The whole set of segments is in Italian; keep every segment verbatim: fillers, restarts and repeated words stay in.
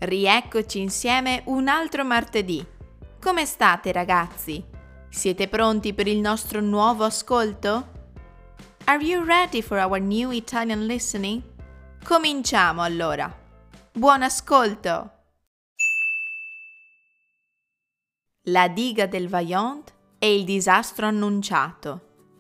Rieccoci insieme un altro martedì. Come state, ragazzi? Siete pronti per il nostro nuovo ascolto? Are you ready for our new Italian listening? Cominciamo allora. Buon ascolto! La diga del Vajont e il disastro annunciato.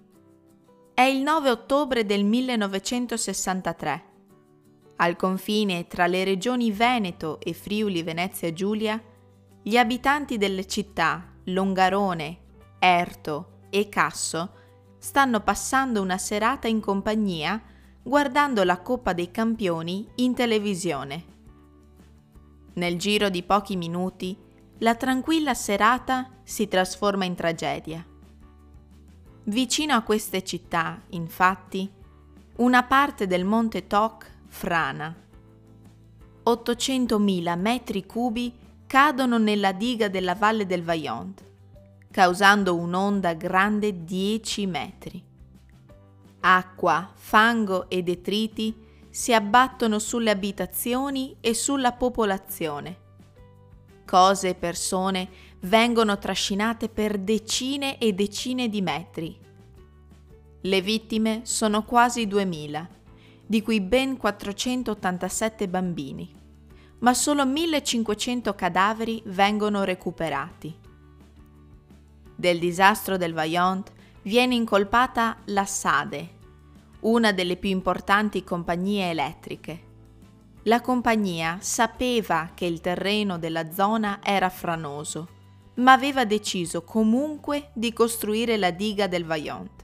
È il nove ottobre del millenovecentosessantatré. Al confine tra le regioni Veneto e Friuli Venezia Giulia, gli abitanti delle città Longarone, Erto e Casso stanno passando una serata in compagnia guardando la Coppa dei Campioni in televisione. Nel giro di pochi minuti, la tranquilla serata si trasforma in tragedia. Vicino a queste città, infatti, una parte del monte Toc frana. ottocentomila metri cubi cadono nella diga della valle del Vajont, causando un'onda grande dieci metri. Acqua, fango e detriti si abbattono sulle abitazioni e sulla popolazione. Cose e persone vengono trascinate per decine e decine di metri. Le vittime sono quasi duemila, di cui ben quattrocentottantasette bambini, ma solo millecinquecento cadaveri vengono recuperati. Del disastro del Vajont viene incolpata la SADE, una delle più importanti compagnie elettriche. La compagnia sapeva che il terreno della zona era franoso, ma aveva deciso comunque di costruire la diga del Vajont.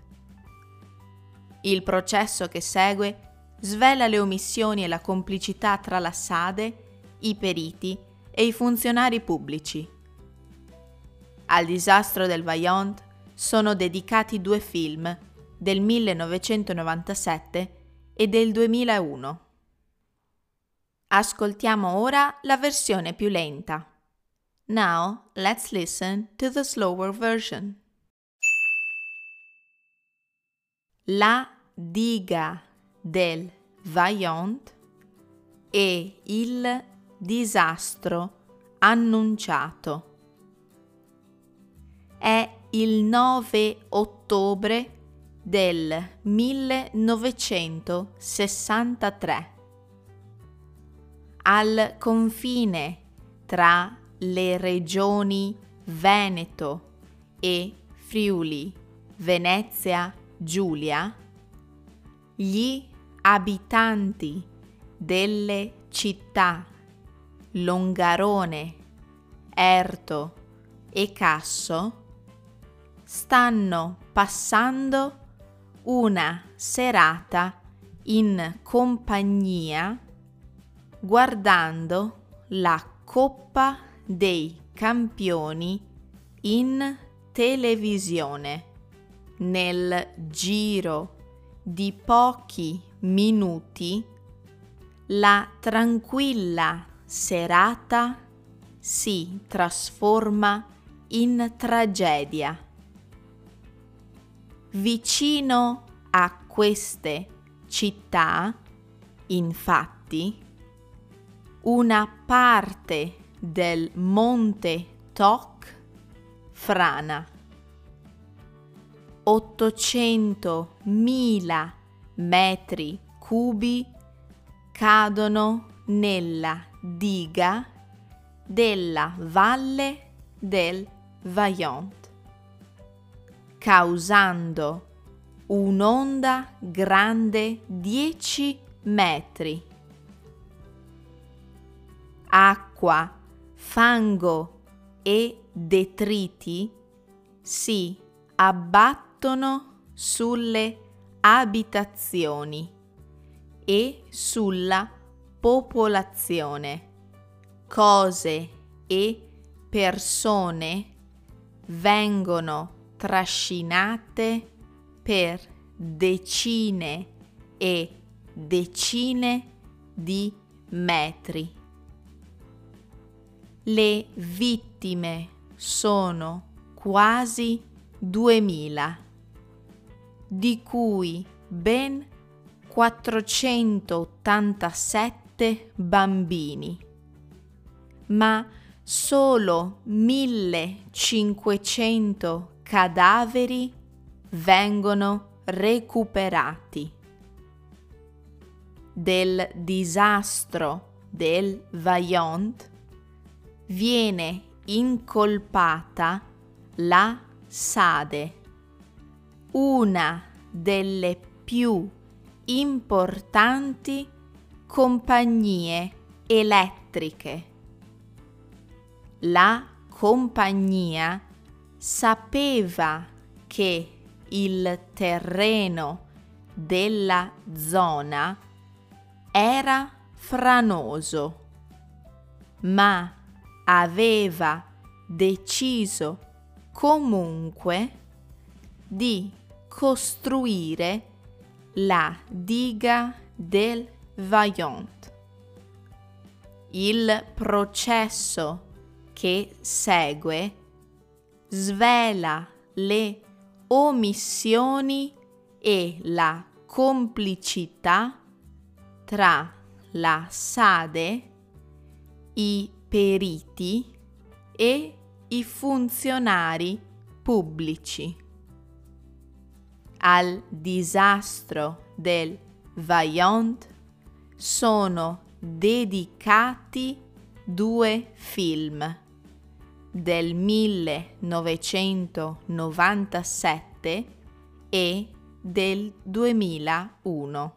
Il processo che segue svela le omissioni e la complicità tra la SADE, i periti e i funzionari pubblici. Al disastro del Vajont sono dedicati due film del millenovecentonovantasette e del duemilauno. Ascoltiamo ora la versione più lenta. Now, let's listen to the slower version. La diga del Vajont e il disastro annunciato. È il nove ottobre del millenovecentosessantatré. Al confine tra le regioni Veneto e Friuli Venezia Giulia, gli abitanti delle città Longarone, Erto e Casso stanno passando una serata in compagnia guardando la Coppa dei Campioni in televisione. Nel giro di pochi minuti la tranquilla serata si trasforma in tragedia. Vicino a queste città, infatti, una parte del monte Toc frana. ottocentomila metri cubi cadono nella diga della valle del Vajont, causando un'onda grande dieci metri. Acqua, fango e detriti si abbattono sulle abitazioni e sulla popolazione. Cose e persone vengono trascinate per decine e decine di metri. Le vittime sono quasi duemila, di cui ben quattrocentottantasette bambini. ma solo millecinquecento cadaveri vengono recuperati. Del disastro del Vajont viene incolpata la SADE, una delle più importanti compagnie elettriche. La compagnia sapeva che il terreno della zona era franoso, ma aveva deciso comunque di costruire la diga del Vajont. Il processo che segue svela le omissioni e la complicità tra la SADE, i periti e i funzionari pubblici. Al disastro del Vajont sono dedicati due film del millenovecentonovantasette e del duemilauno.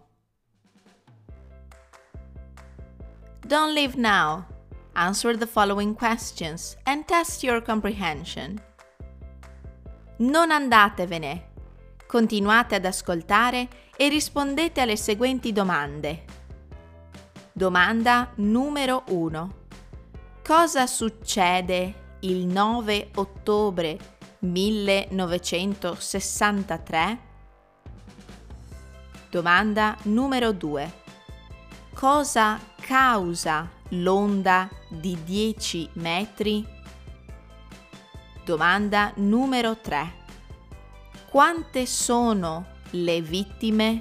Don't leave now. Answer the following questions and test your comprehension. Non andatevene. Continuate ad ascoltare e rispondete alle seguenti domande. Domanda numero uno. Cosa succede il nove ottobre millenovecentosessantatré? Domanda numero due. Cosa causa l'onda di dieci metri? Domanda numero tre. Quante sono le vittime?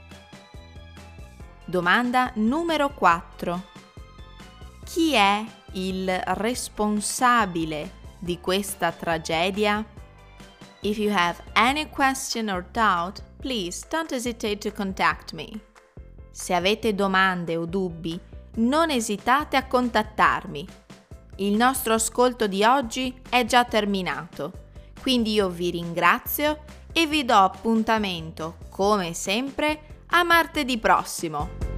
Domanda numero quattro. Chi è il responsabile di questa tragedia? If you have any question or doubt, please don't hesitate to contact me. Se avete domande o dubbi, non esitate a contattarmi. Il nostro ascolto di oggi è già terminato, quindi io vi ringrazio e vi do appuntamento, come sempre, a martedì prossimo.